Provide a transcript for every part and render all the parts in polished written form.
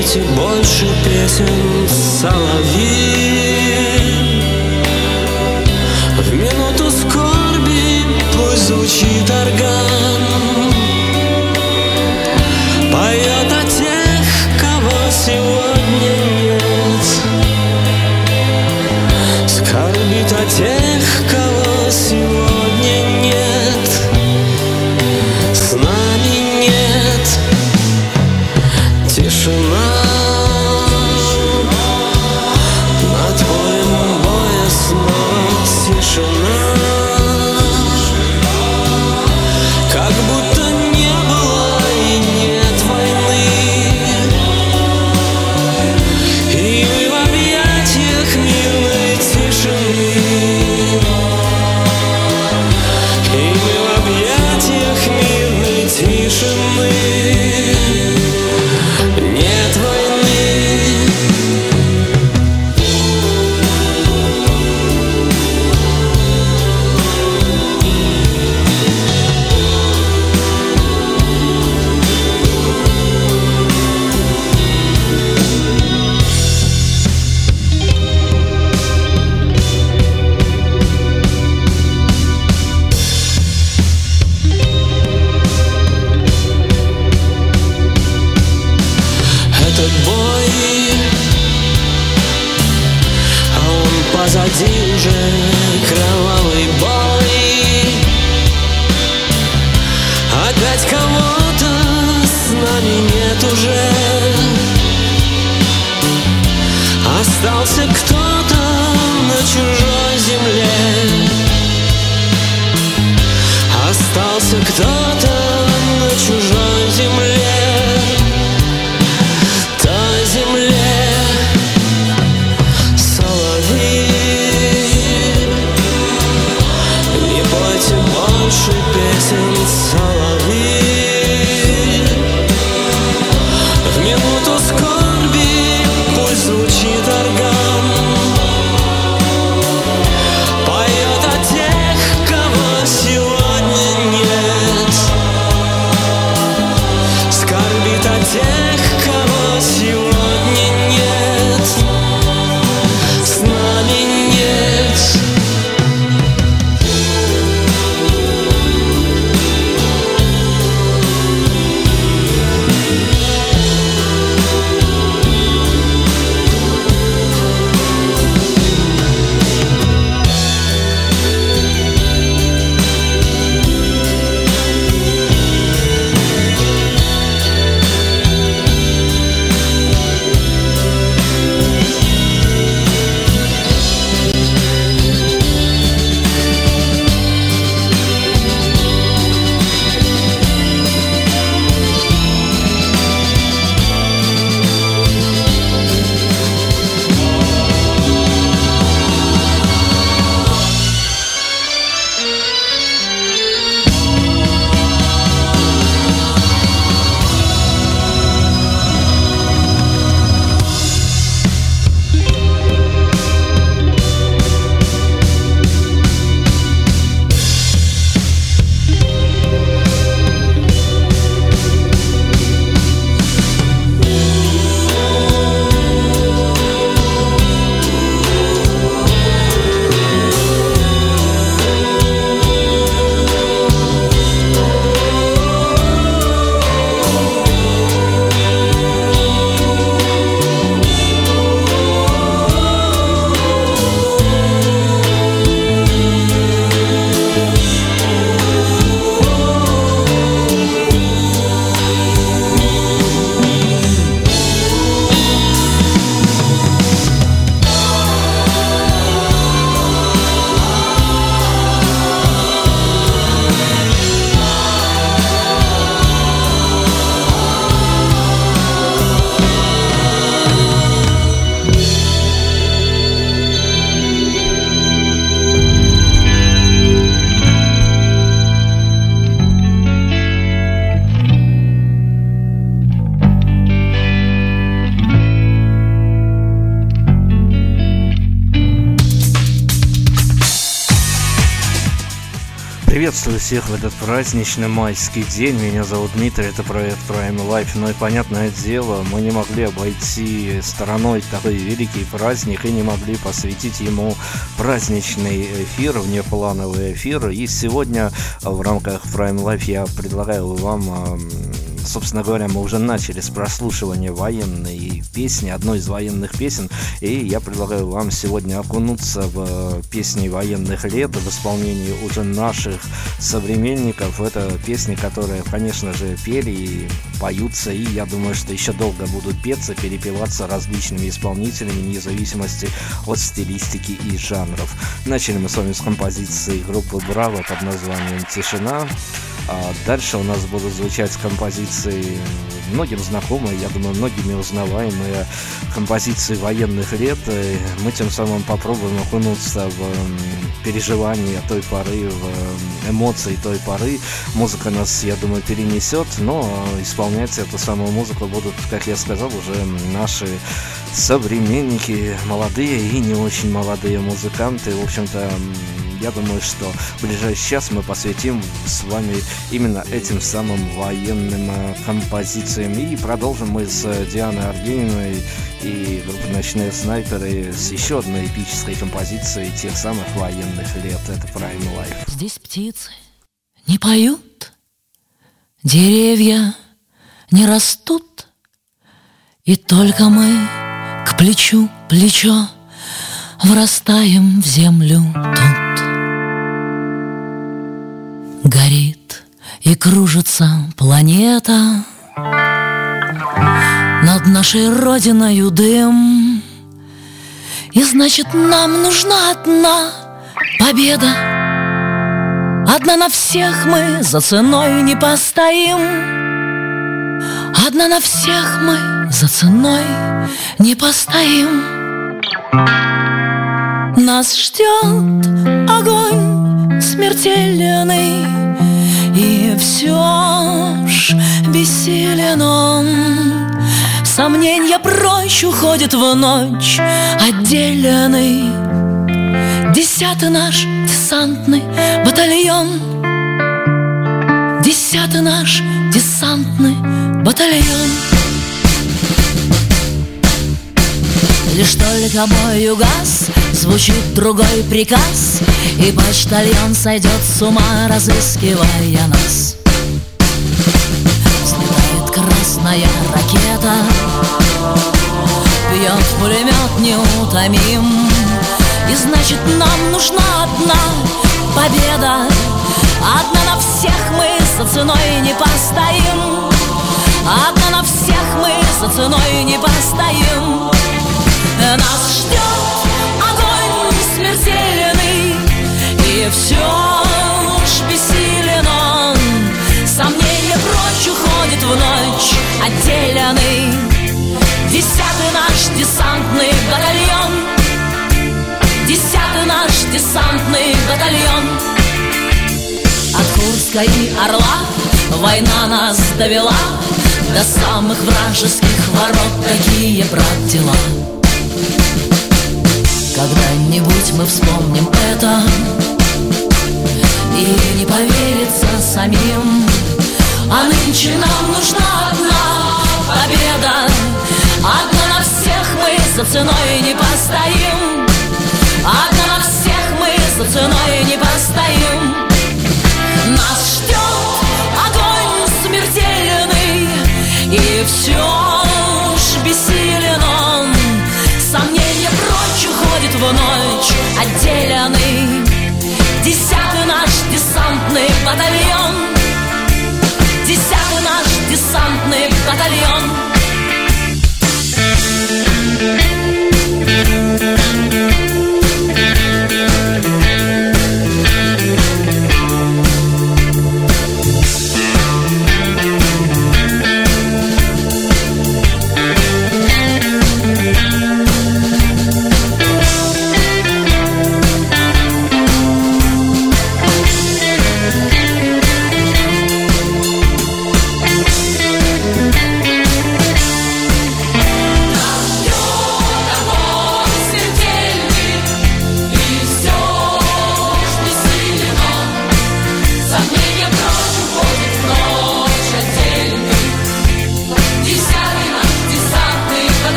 пойте больше песен, соловьи. В минуту скорби пусть звучит орган, поет о тех, кого сегодня нет, скорбит о тех, кого сегодня нет, с нами нет. Тишина над полем боя, снова тишина, как будто не было и нет войны. И мы в объятиях мирной тишины, и мы в объятиях мирной тишины. Нет войны. Этот бой, а он позади уже, кровавый бой. Опять кого-то с нами нет уже, остался кто-то на чужой земле, остался кто-то на чужой земле. Больше песен, соловьи. В минуту скорби пусть звучит орган, поет о тех, кого сегодня нет, скорбит о тех, кого сегодня нет, с нами нет. Приветствую всех в этот праздничный майский день. Меня зовут Дмитрий, это проект Prime Life. Ну и понятное дело, мы не могли обойти стороной такой великий праздник и не могли посвятить ему праздничный эфир, внеплановый эфир. И сегодня в рамках Prime Life я предлагаю вам... Собственно говоря, мы уже начали с прослушивания военной песни, одной из военных песен, и я предлагаю вам сегодня окунуться в песни военных лет в исполнении уже наших современников. Это песни, которые, конечно же, пели и поются, и я думаю, что еще долго будут петься, перепеваться различными исполнителями, вне зависимости от стилистики и жанров. Начали мы с вами с композиции группы Браво под названием «Тишина». А дальше у нас будут звучать композиции многим знакомые, я думаю, многими узнаваемые композиции военных лет. Мы тем самым попробуем окунуться в переживания той поры, в эмоции той поры. Музыка нас, я думаю, перенесет, но исполнять эту самую музыку будут, как я сказал, уже наши современники, молодые и не очень молодые музыканты. В общем-то, я думаю, что в ближайший час мы посвятим с вами именно этим самым военным композициям. И продолжим мы с Дианой Арбениной и группой «Ночные снайперы» с еще одной эпической композицией тех самых военных лет. Это Prime Life. Здесь птицы не поют, деревья не растут, и только мы к плечу плечо врастаем в землю тут. Горит и кружится планета, над нашей родиною дым, и значит нам нужна одна победа. Одна на всех мы за ценой не постоим. Одна на всех мы за ценой не постоим. Нас ждет огонь смертельный, и все ж бессилен он. Сомненья прочь уходят в ночь отделенный. 10-й наш десантный батальон. 10-й наш десантный батальон. Лишь только бой угас, звучит другой приказ, и почтальон сойдет с ума, разыскивая нас. Взлетает красная ракета, бьет пулемет неутомим, и значит нам нужна одна победа. Одна на всех мы за ценой не постоим. Одна на всех мы за ценой не постоим. Нас ждет огонь смертельный, и все ж бессилен он. Сомнения прочь уходят в ночь отделенный. 10-й наш десантный батальон. 10-й наш десантный батальон. От Курска и Орла война нас довела до самых вражеских ворот. Такие, брат, дела. Когда-нибудь мы вспомним это, и не поверится самим. А нынче нам нужна одна победа. Одна на всех мы за ценой не постоим. Одна на всех мы за ценой не постоим. Нас ждет огонь смертельный, и все ж бессилен он. Сомнения прочь уходит в ночь отделенный. 10-й наш десантный батальон. 10-й наш десантный батальон.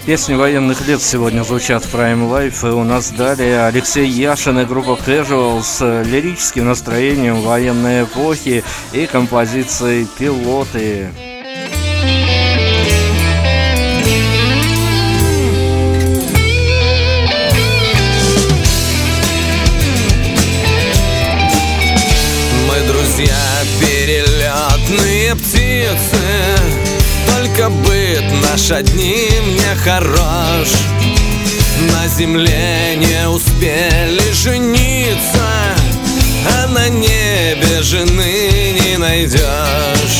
Песни военных лет сегодня звучат в Prime Life, и у нас далее Алексей Яшин и группа Casual с лирическим настроением военной эпохи и композицией «Пилоты». Мы друзья, перелетные птицы, только быт наш одним не хорош. На земле не успели жениться, а на небе жены не найдешь.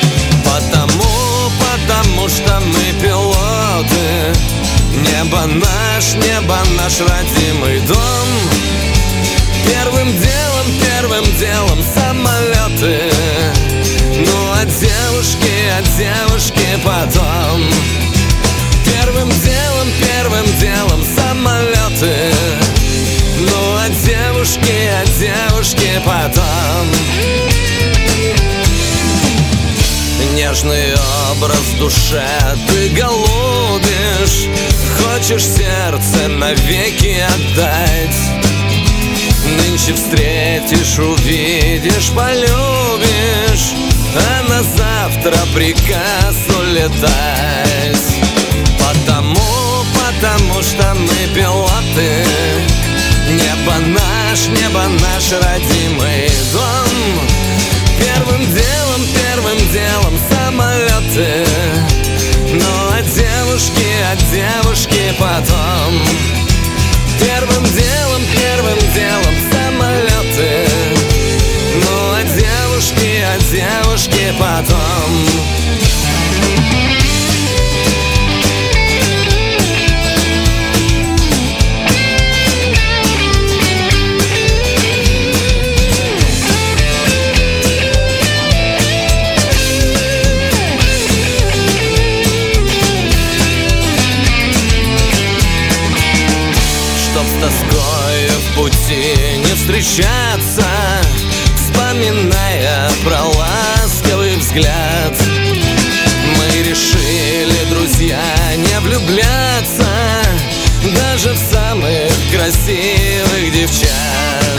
Потому что мы пилоты. Небо наш родимый дом. Первым делом самолеты. Ну а девушки потом. Первым делом самолеты. Ну а девушки потом. Нежный образ в душе ты голубишь. Хочешь сердце навеки отдать. Нынче встретишь, увидишь, полюбишь, а на завтра приказ улетать. Потому что мы пилоты. Небо наш родимый дом. Первым делом самолеты. Ну а девушки потом. Первым делом самолеты. Ну а девушки потом. В пути не встречаться, вспоминая про ласковый взгляд. Мы решили, друзья, не влюбляться даже в самых красивых девчат.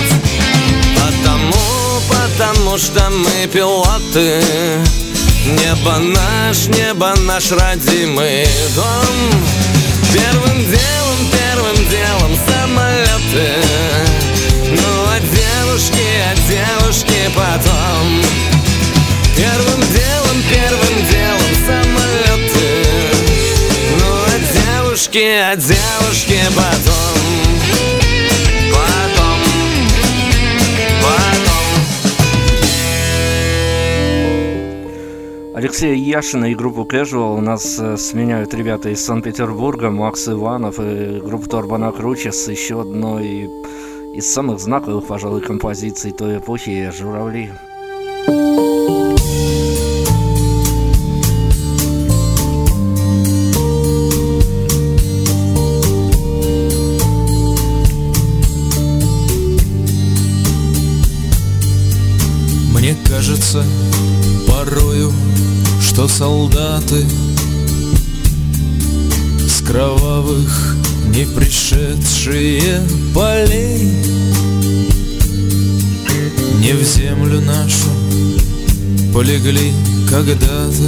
Потому что мы пилоты. Небо наш родимый дом. Первым делом самолеты. Ну а девушки потом. Первым делом самолеты. Ну а девушки потом. Алексея Яшина и группу Casual у нас сменяют ребята из Санкт-Петербурга, Макс Иванов и группа Торбана Круче с еще одной из самых знаковых, пожалуй, композиций той эпохи «Журавли». Мне кажется порою, что солдаты с кровавых не пришедшие полей не в землю нашу полегли когда-то,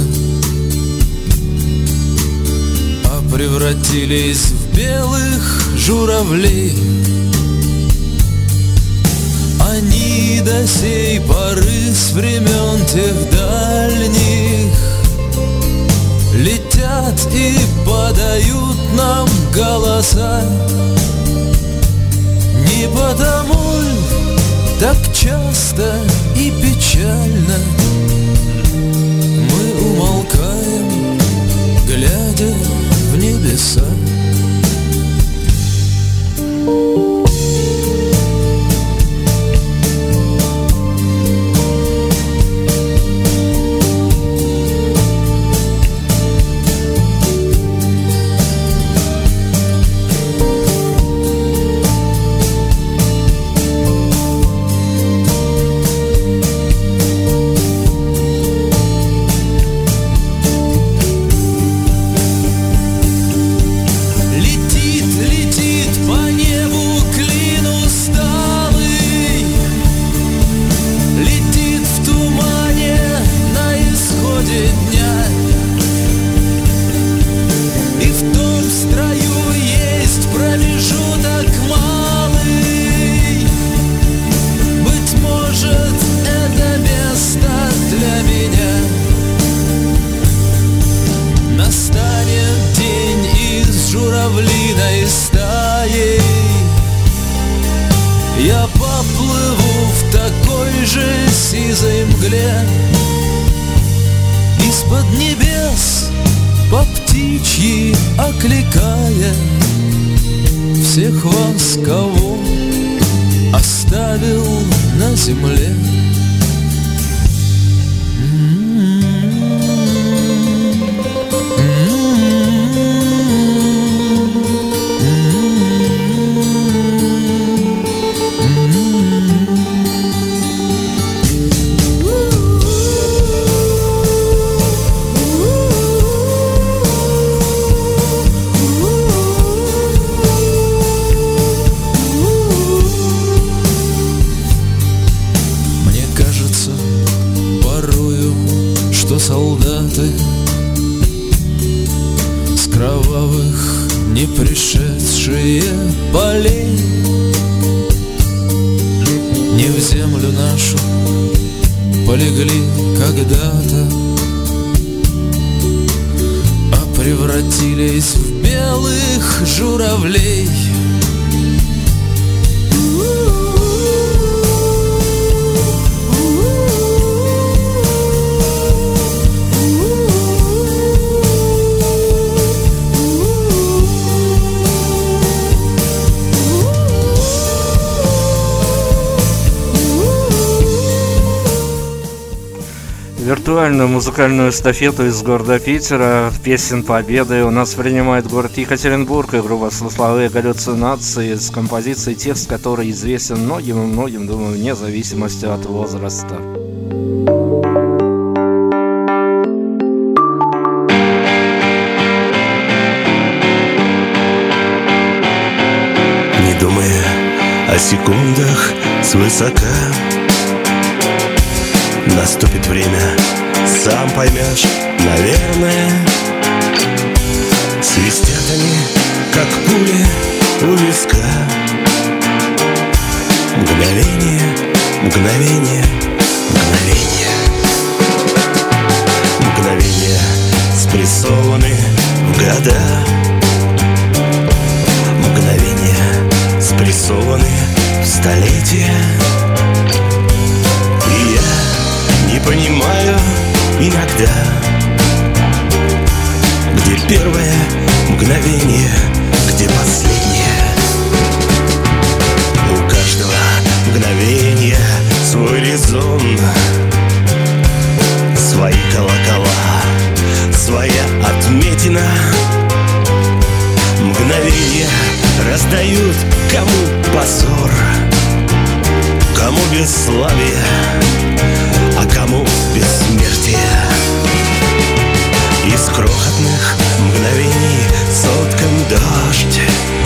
а превратились в белых журавлей. Они до сей поры с времен тех дальних летят и подают нам голоса. Не потому ль так часто и печально мы умолкаем, глядя в небеса? мгле. Из-под небес по птичьи окликая всех вас, кого оставил на земле. Солдаты с кровавых не пришедшие полей не в землю нашу полегли когда-то, а превратились в белых журавлей. Виртуальную музыкальную эстафету из города Питера, песен Победы, у нас принимает город Екатеринбург и группа «Смысловые галлюцинации» с композицией, текст которой известен многим и многим, думаю, вне зависимости от возраста. Не думая о секундах свысока, наступит время, сам поймешь, наверное. Свистят они, как пули у виска. Мгновение, мгновение, мгновение. Мгновения спрессованы в года. Мгновения спрессованы в столетия. И я не понимаю иногда, где первое мгновение, где последнее. У каждого мгновения свой резон, свои колокола, своя отметина. Мгновения раздают кому позор, кому бесславие, а кому бессмертие. Из крохотных мгновений соткан дождь,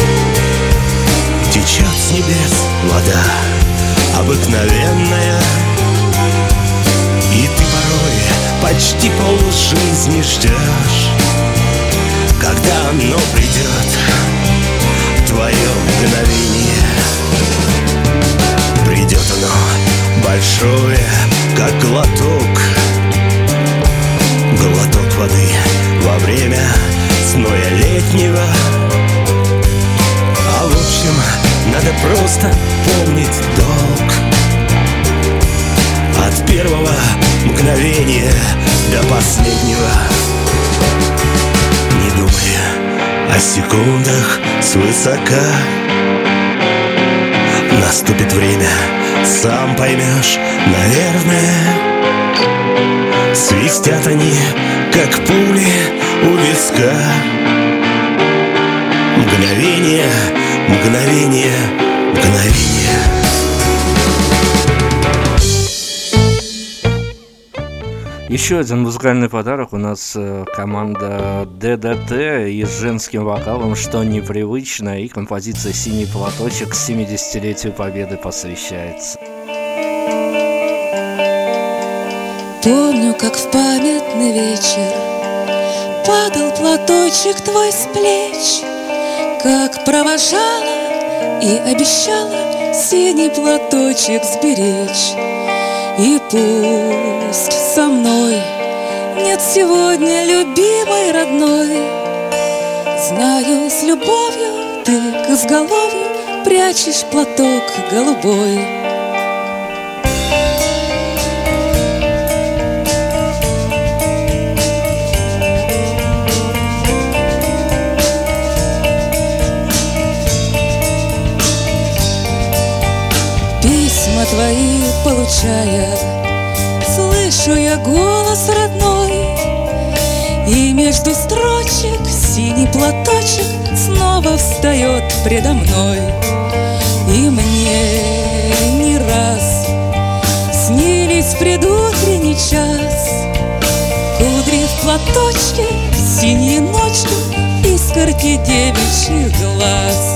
течет с небес вода обыкновенная. И ты порой почти полжизни ждешь, когда оно придет, твое мгновение. Придет оно большое, как глоток, глоток воды во время зноя летнего. А в общем, надо просто помнить долг. От первого мгновения до последнего. Не думая о секундах свысока, наступит время, сам поймешь, наверное. Свистят они, как пули у виска. Мгновение, мгновение, мгновение. Еще один музыкальный подарок. У нас команда ДДТ и с женским вокалом, что непривычно, и композиция «Синий платочек» к 70-летию Победы посвящается. Помню, как в памятный вечер падал платочек твой с плеч, как провожала и обещала синий платочек сберечь. И пусть со мной нет сегодня любимой родной, знаю, с любовью ты к изголовью прячешь платок голубой. получая, слышу я голос родной, и между строчек синий платочек снова встает предо мной. И мне не раз снились предутренний час, кудри в платочке, синие ночки, искорки девичьих глаз.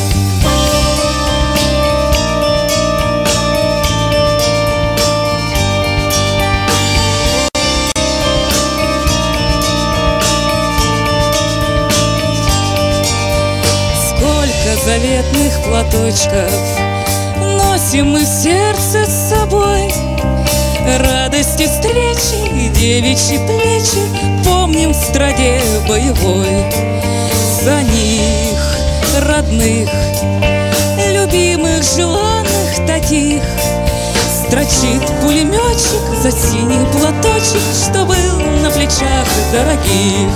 Заветных платочков носим мы в сердце с собой, радости встречи и девичьи плечи помним в страде боевой. За них, родных, любимых, желанных таких, строчит пулеметчик за синий платочек, что был на плечах дорогих.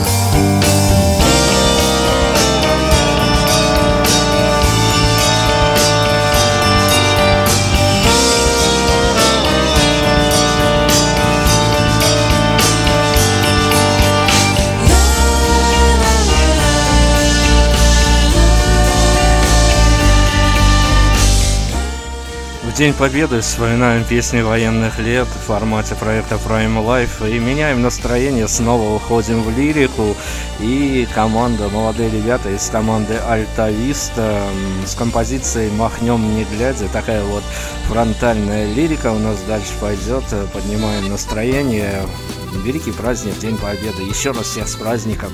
В День Победы вспоминаем песни военных лет в формате проекта Prime Life и меняем настроение, снова уходим в лирику. И команда, молодые ребята из команды Альтависта с композицией «Махнем не глядя». Такая вот фронтальная лирика у нас дальше пойдет. Поднимаем настроение. Великий праздник, День Победы. Еще раз всех с праздником.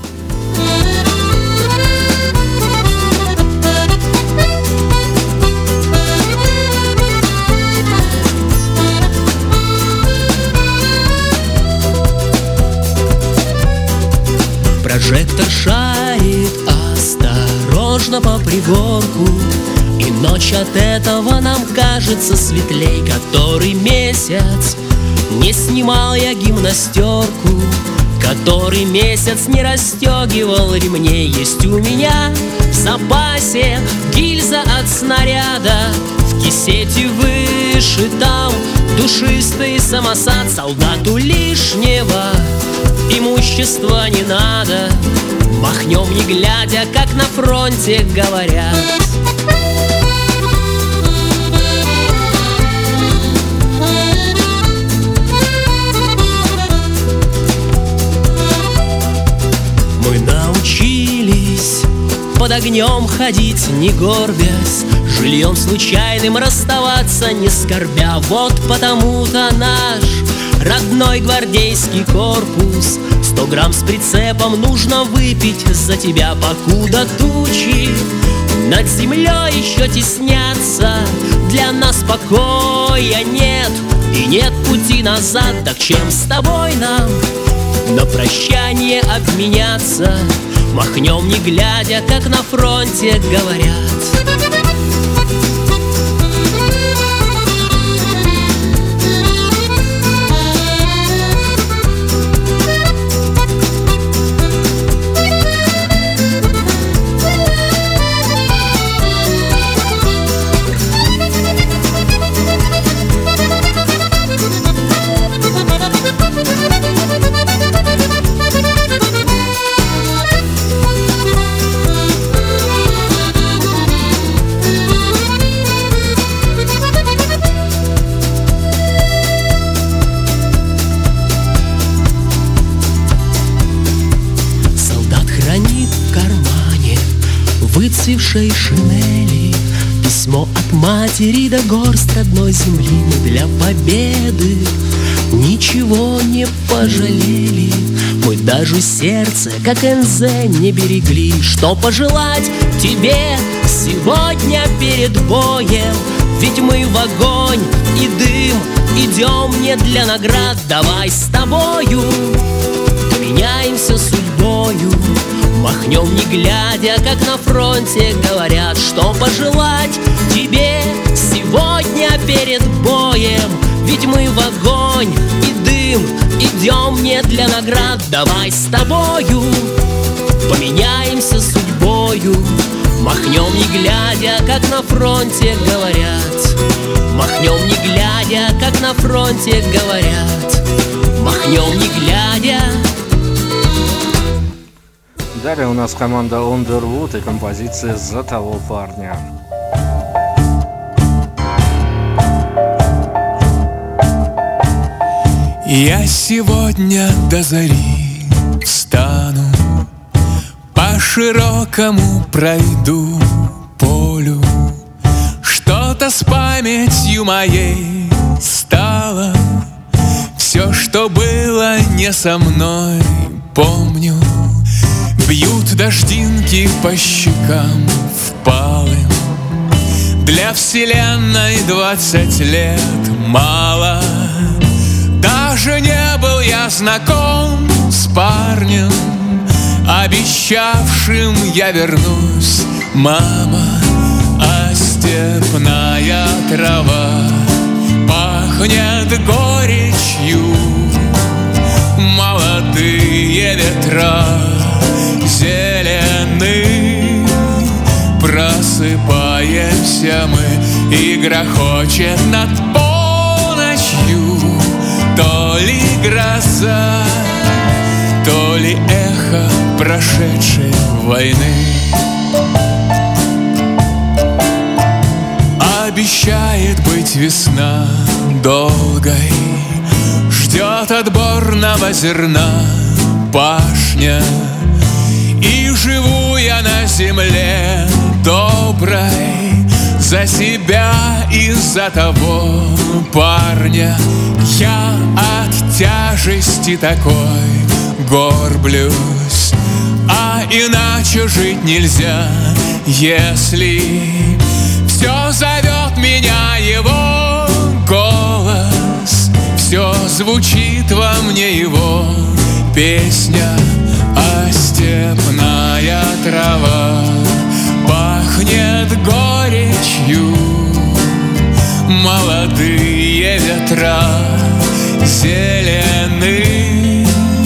Прожектор шарит осторожно по пригорку, и ночь от этого нам кажется светлей. Который месяц не снимал я гимнастерку, который месяц не расстегивал ремней. Есть у меня в запасе гильза от снаряда, в кисете выше там душистый самосад. Солдату лишнего имущества не надо, махнем не глядя, как на фронте говорят. Мы научились под огнем ходить, не горбясь, жильем случайным расставаться, не скорбя. Вот потому-то наш родной гвардейский корпус 100 грамм с прицепом нужно выпить за тебя, покуда тучи над землей еще теснятся. Для нас покоя нет и нет пути назад. Так чем с тобой нам на прощание обменяться? Махнем не глядя, как на фронте говорят. Выцвевшей шинели письмо от матери до горсть родной земли. Мы для победы ничего не пожалели, мы даже сердце, как НЗ, не берегли. Что пожелать тебе сегодня перед боем? Ведь мы в огонь и дым идем не для наград. Давай с тобою поменяемся судьбою, махнем не глядя, как на фронте говорят. Что пожелать тебе сегодня перед боем? Ведь мы в огонь и дым идем не для наград. Давай с тобою поменяемся судьбою, махнем не глядя, как на фронте говорят. Махнем не глядя, как на фронте говорят. Махнем не глядя. Далее у нас команда Underwood и композиция «За того парня». Я сегодня до зари встану, по широкому пройду полю. Что-то с памятью моей стало, все, что было не со мной, помню. Бьют дождинки по щекам впалым. Для вселенной 20 лет мало. Даже не был я знаком с парнем, обещавшим я вернусь, мама. А степная трава пахнет горечью, молодые ветра зелены. Просыпаемся мы, и грохочет над полночью то ли гроза, то ли эхо прошедшей войны. Обещает быть весна долгой, ждет отборного зерна пашня. И живу я на земле доброй за себя и за того парня. Я от тяжести такой горблюсь, а иначе жить нельзя, если все зовет меня его голос, все звучит во мне его песня. А степная трава пахнет горечью, молодые ветра зелены.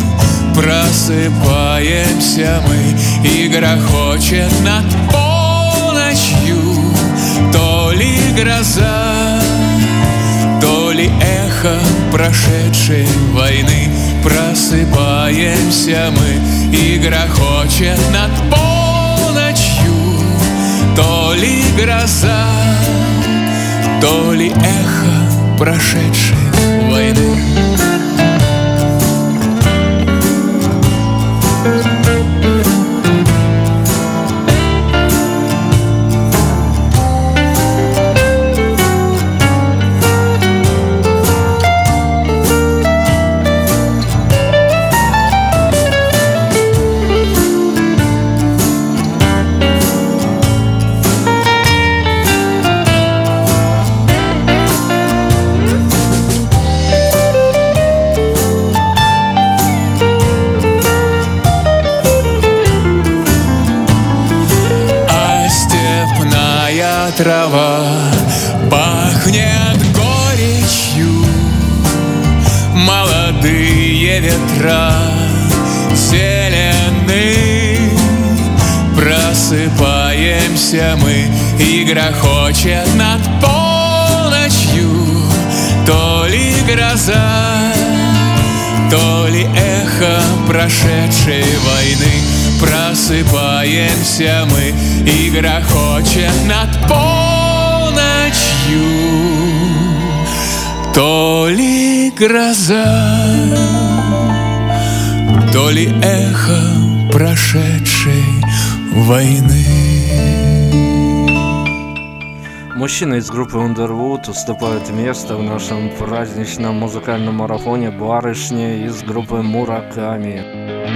Просыпаемся мы, и грохочет над полночью то ли гроза, то ли эхо прошедшей войны. Просыпаемся мы, и грохочет над полночью то ли гроза, то ли эхо прошедшей войны. Трава пахнет горечью, молодые ветра зелены. Просыпаемся мы, и грохочет над полночью то ли гроза, то ли эхо прошедшей войны. Просыпаемся мы, и грохочет над полночью то ли гроза, то ли эхо прошедшей войны. Мужчина из группы Underwood уступает место в нашем праздничном музыкальном марафоне барышне из группы Мураками.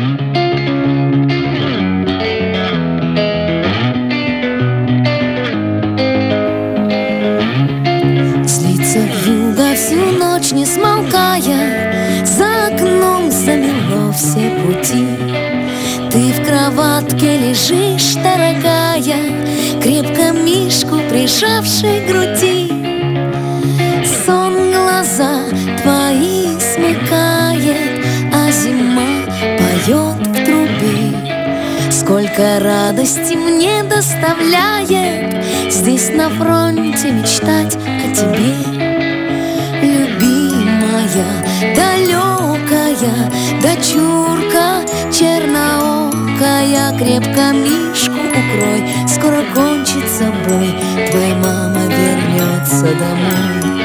Вьюга всю ночь не смолкая, за окном замело все пути. Ты в кроватке лежишь, дорогая, крепко мишку прижавший к груди. Сон глаза твои смыкает, а зима поет в трубе. Сколько радости мне доставляет здесь на фронте мечтать о тебе. далекая дочурка черноокая, крепко Мишку укрой, скоро кончится бой, твоя мама вернется домой.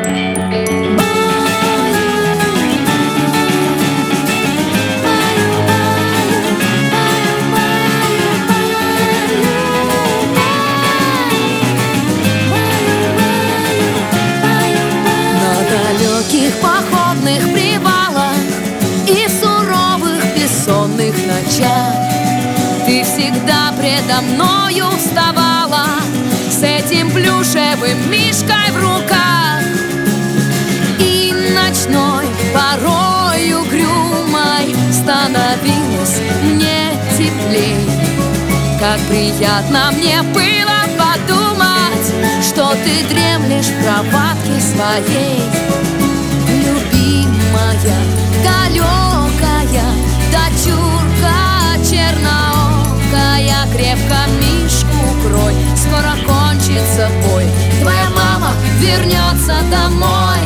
Походных привалах и суровых бессонных ночах ты всегда предо мною вставала с этим плюшевым мишкой в руках. И ночной порой угрюмой становилось мне теплей. Как приятно мне было подумать, что ты дремлешь в кроватке своей. Любимая, далекая дочурка черноокая, крепко Мишку укрой, скоро кончится бой, твоя мама вернется домой.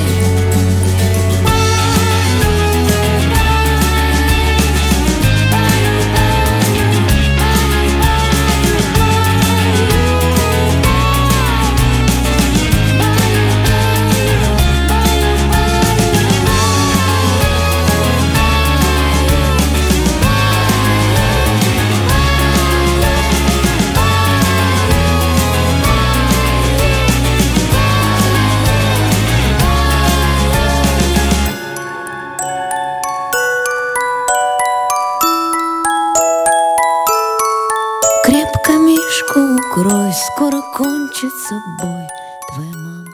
Крепко Мишку укрой, скоро кончится бой, твоя мама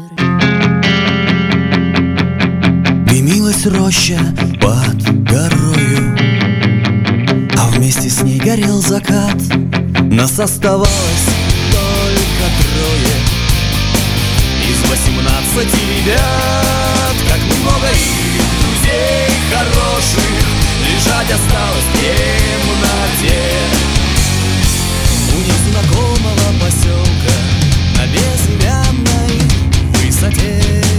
вернется. Дымилась роща под горою, а вместе с ней горел закат. Нас оставалось только трое из 18 ребят. Как много их, друзей хороших, лежать осталось в темноте у незнакомого поселка на безымянной высоте.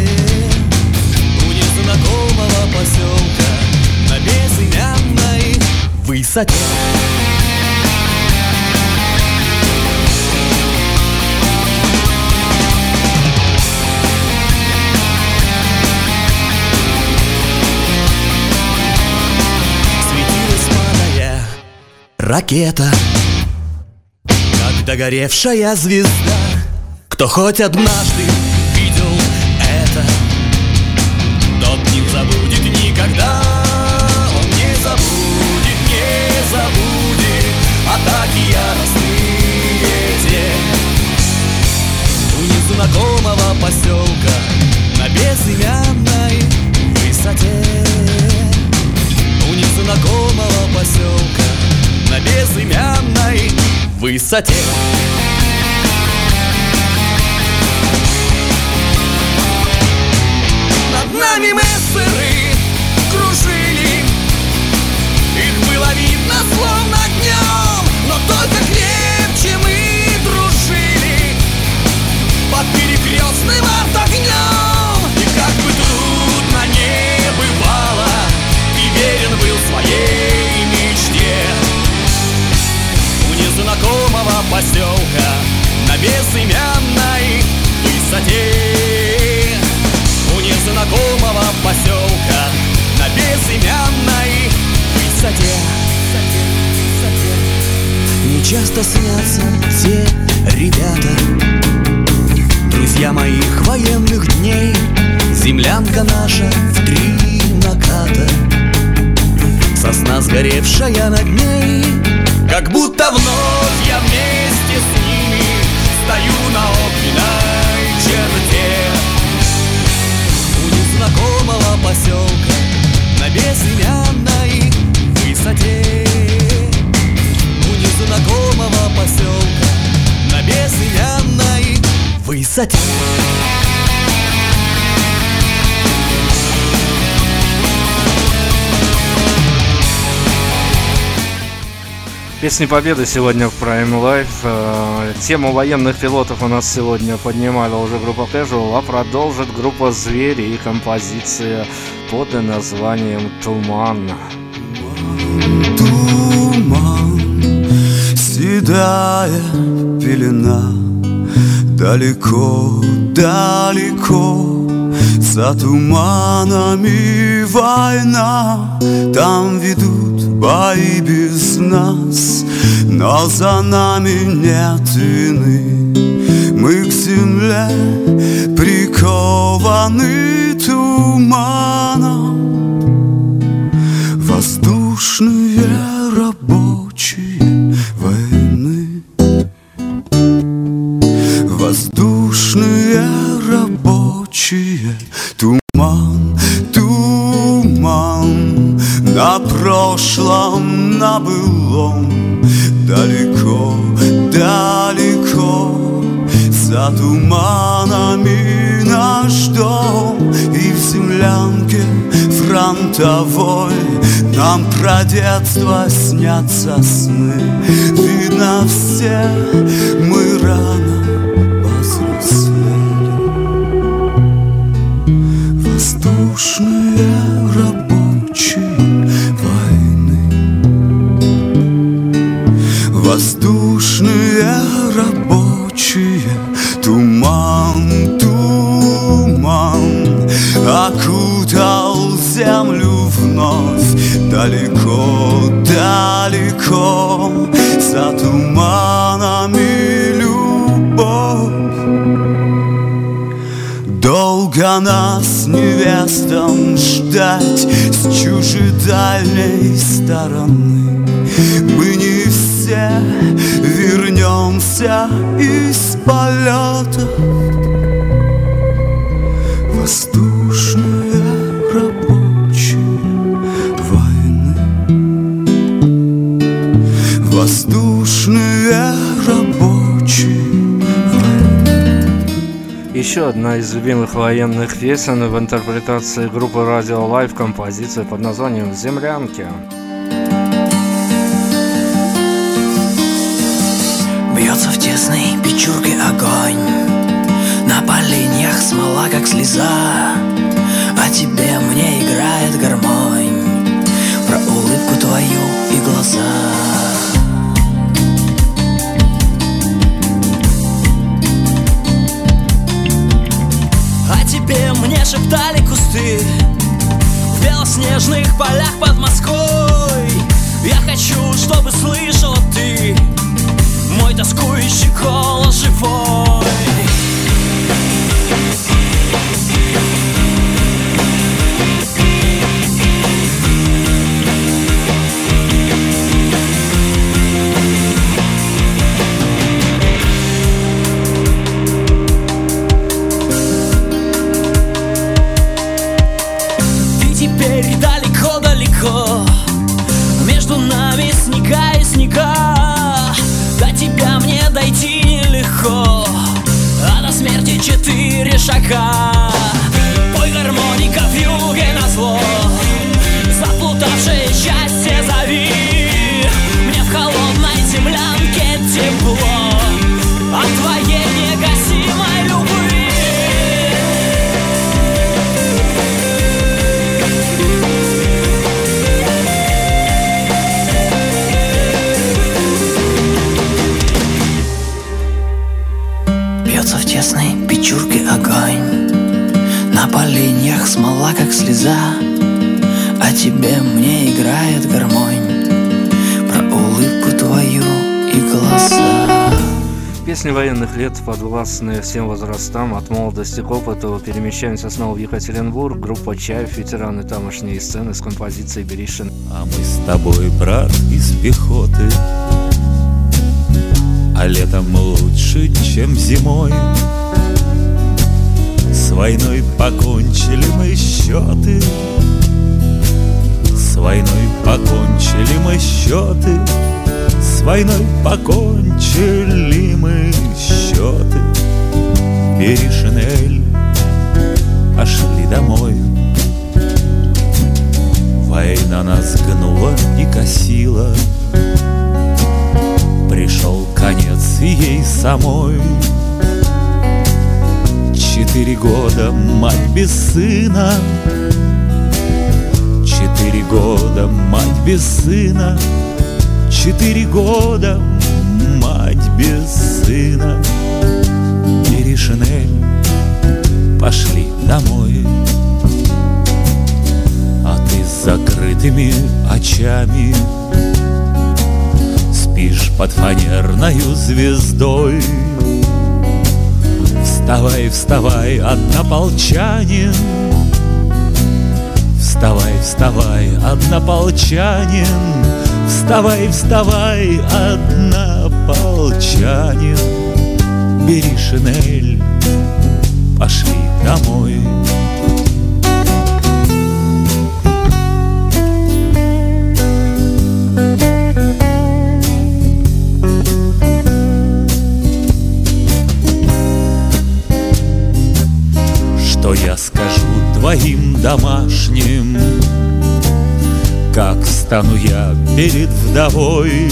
У незнакомого поселка на безымянной высоте. Светилась малая ракета, догоревшая звезда. Кто хоть однажды видел это, тот не забудет никогда. Он не забудет, не забудет атаки яростные те. У незнакомого поселка на безымянной высоте. У незнакомого поселка на безымянной высоте. Над нами мессеры кружили, их было видно словно днем, но только крепче мы дружили под перекрестным артогнем. И как бы трудно не бывало, ты верен был своей мечте. У незнакомого поселка на безымянной высоте. У незнакомого поселка на безымянной высоте. Мне часто снятся те ребята, друзья моих военных дней. Землянка наша в 3 наката, сосна сгоревшая над ней. Как будто вновь я вместе с ними стою на огненной черте. У незнакомого поселка на безымянной высоте. У незнакомого поселка на безымянной высоте. Песни Победы сегодня в Prime Life. Тему военных пилотов у нас сегодня поднимала уже группа Casual, а продолжит группа Звери и композиция под названием «Туман». Туман, седая пелена, далеко, далеко, за туманами война. Там ведут бои без нас, но за нами нет вины. Мы к земле прикованы туманом. Воздушные рабочие войны, воздушные рабочие. Туман, туман, на прошлом, на былом, далеко, далеко, за туманами наш дом. И в землянке фронтовой нам про детство снятся сны. Видно, все мы рано повзрослели. Воздушные рабочие войны, воздушные рабочие. Туман, туман, окутал землю вновь. Далеко, далеко, за туманами любовь. Долго нас невестам ждать с чужедальней стороны. Мы не все вернемся из полета. Воздушные рабочие войны, воздушные рабочие. Еще одна из любимых военных песен в интерпретации группы Radio Life, композиция под названием «Землянки». Бьется в тесной печурке огонь, на поленьях смола, как слеза, а тебе мне играет гармонь про улыбку твою и глаза. Тебе мне шептали кусты в белоснежных полях под Москвой. Я хочу, чтобы слышала ты мой тоскующий голос живой. Теперь далеко-далеко, между нами снега и снега. До тебя мне дойти нелегко, а до смерти 4 шага. Пой гармоника в юге назло, заплутавшее счастье зови. Мне в холодной землянке тепло от твоей негасимой любви. В тесной печурке огонь, на поленьях смола, как слеза, а тебе мне играет гармонь про улыбку твою и глаза. Песни военных лет подвластны всем возрастам, от молодости к опыту. Перемещаемся снова в Екатеринбург. Группа «Чайф», ветераны тамошней сцены с композицией «Беришин». А мы с тобой, брат, из пехоты, а летом лучше, чем зимой. С войной покончили мы счеты, с войной покончили мы счеты, с войной покончили мы счеты. Беришинель, пошли домой. Война нас гнула и косила, пришел конец ей самой. 4 года мать без сына, 4 года мать без сына, 4 года мать без сына. Бери шинель, пошли домой. А ты с закрытыми очами спишь под фанерною звездой. Вставай, вставай, однополчанин, вставай, вставай, однополчанин, вставай, вставай, однополчанин. Бери шинель, пошли домой. Что я скажу твоим домашним, как встану я перед вдовой?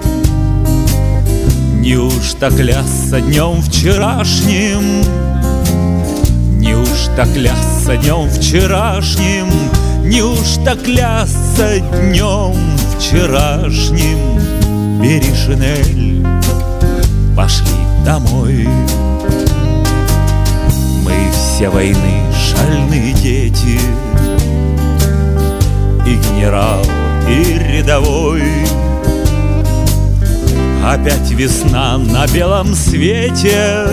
Неужто клясться днем вчерашним? Неужто клясться днем вчерашним? Неужто клясться днем вчерашним? Бери шинель, пошли домой. Мы все войны шальные дети, и генерал, и рядовой. Опять весна на белом свете,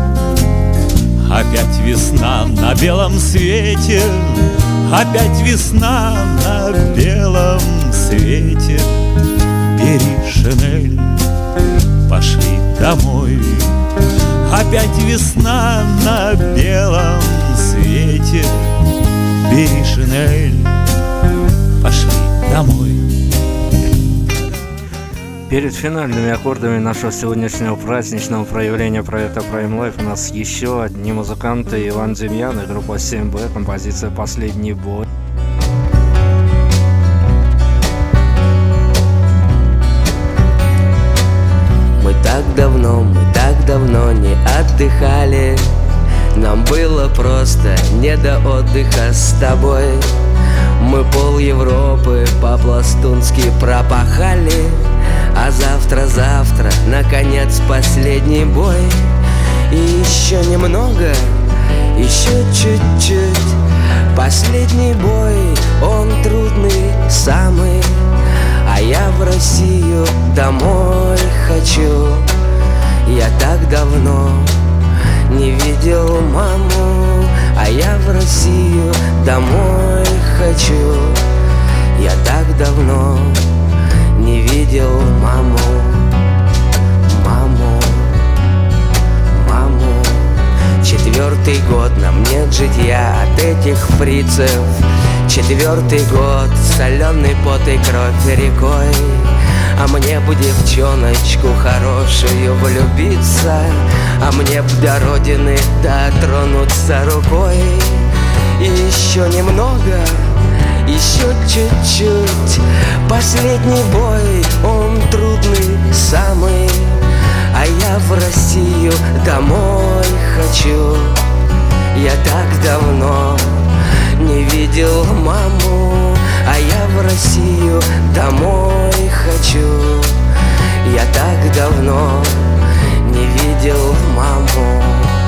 опять весна на белом свете, опять весна на белом свете. Бери шинель, пошли домой. Опять весна на белом свете. Бери шинель, пошли домой. Перед финальными аккордами нашего сегодняшнего праздничного проявления проекта Prime Life у нас еще одни музыканты: Иван Демьян и группа 7B, композиция «Последний бой». Мы так давно не отдыхали. Нам было просто не до отдыха с тобой. Мы пол Европы по-пластунски пропахали. А завтра, наконец, последний бой. И еще немного, еще чуть-чуть. Последний бой, он трудный самый. А я в Россию домой хочу. Я так давно не видел маму. А я в Россию домой хочу. Я так давно не видел маму. Четвертый год нам нет житья от этих фрицев. 4-й год, соленый пот и кровь рекой. А мне б девчоночку хорошую влюбиться, а мне б до родины дотронуться рукой. И еще немного, еще чуть-чуть. Последний бой, он трудный самый. А я в Россию домой хочу. Я так давно не видел маму. А я в Россию домой хочу. Я так давно не видел маму.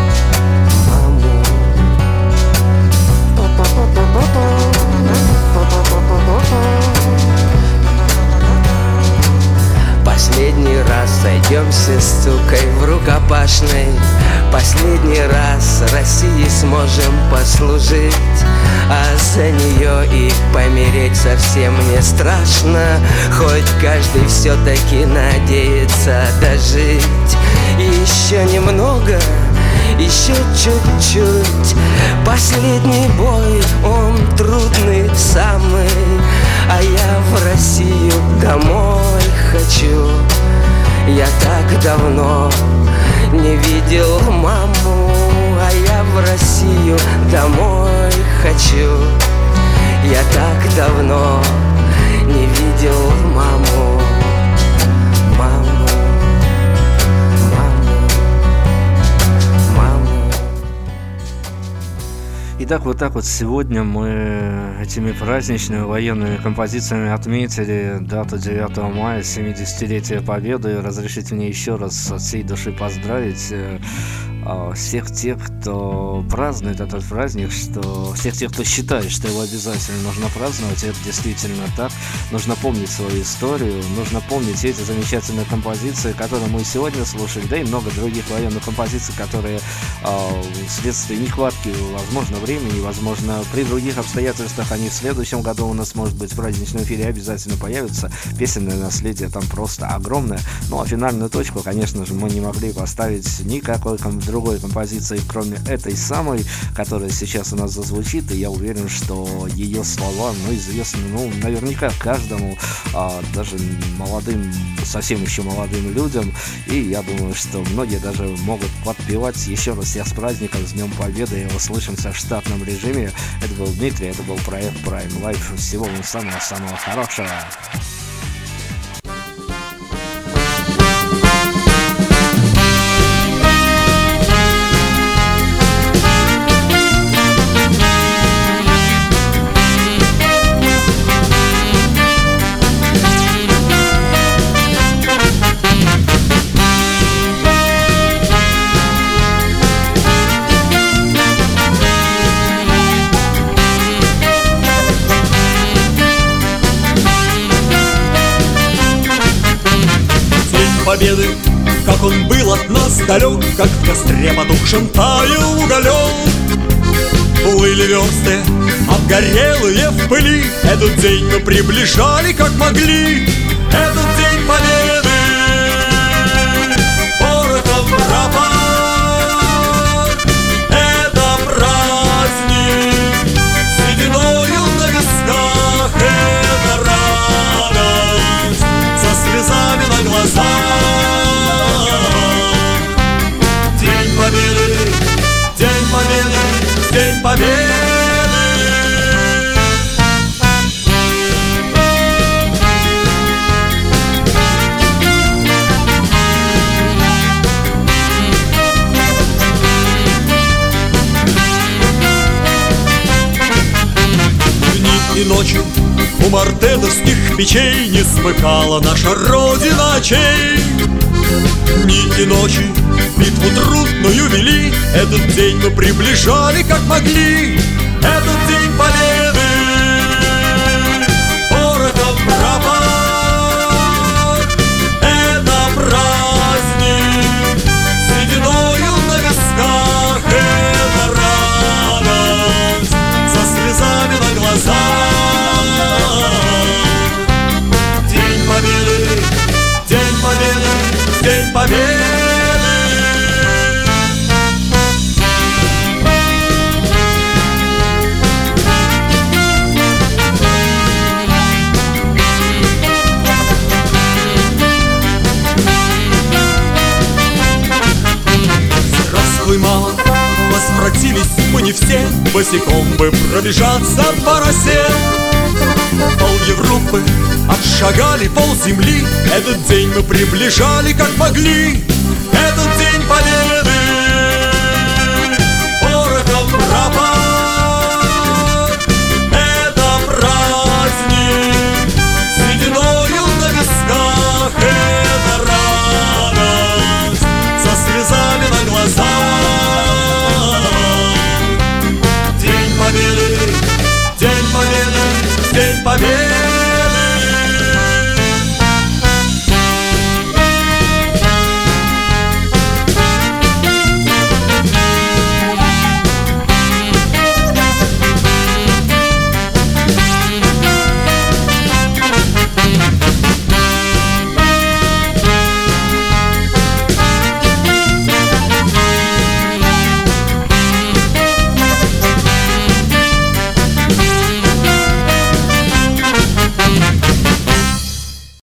Последний раз сойдемся с сукой в рукопашной. Последний раз России сможем послужить. А за нее и помереть совсем не страшно. Хоть каждый все-таки надеется дожить. И еще немного, еще чуть-чуть. Последний бой, он трудный самый. А я в Россию домой хочу. Я так давно не видел маму. А я в Россию домой хочу. Я так давно не видел маму. Итак, вот так вот сегодня мы этими праздничными военными композициями отметили дату 9 мая, 70-летие Победы. Разрешите мне еще раз от всей души поздравить всех тех, кто празднует этот праздник, что всех тех, кто считает, что его обязательно нужно праздновать. Это действительно так. Нужно помнить свою историю, нужно помнить эти замечательные композиции, которые мы сегодня слушали, да и много других военных композиций, которые вследствие нехватки, возможно, времени, возможно, при других обстоятельствах они в следующем году у нас, может быть, в праздничном эфире обязательно появятся. Песенное наследие там просто огромное. Ну а финальную точку, конечно же, мы не могли поставить никакой другой композиции, кроме этой самой, которая сейчас у нас зазвучит, и я уверен, что ее слова, известны, наверняка каждому, даже молодым, совсем еще молодым людям, и я думаю, что многие даже могут подпевать. Еще раз всех с праздником, с Днем Победы, и услышимся в штатном режиме. Это был Дмитрий, это был проект Prime Life. Всего вам самого-самого хорошего. Победы, как он был от нас далек, как в костре потухшем таял уголек. Плыли версты, обгорелые в пыли, этот день мы приближали, как могли. Этот день победы, порохом пропах. Это праздник с сединою на висках, это радость со слезами на глазах. День победы, день победы, день победы. Дни и ночи у мартеновских печей не смыкала наша Родина очей. Дни и ночи битву трудную вели, этот день мы приближали, как могли. Этот день победы, порохом пропах. Это праздник с сединою на висках, это радость со слезами на глазах. День победы, день победы, день победы. Мало, возвратились мы не все, босиком бы пробежаться по росе. Пол Европы обшагали пол земли, этот день мы приближали, как могли. Этот день победы.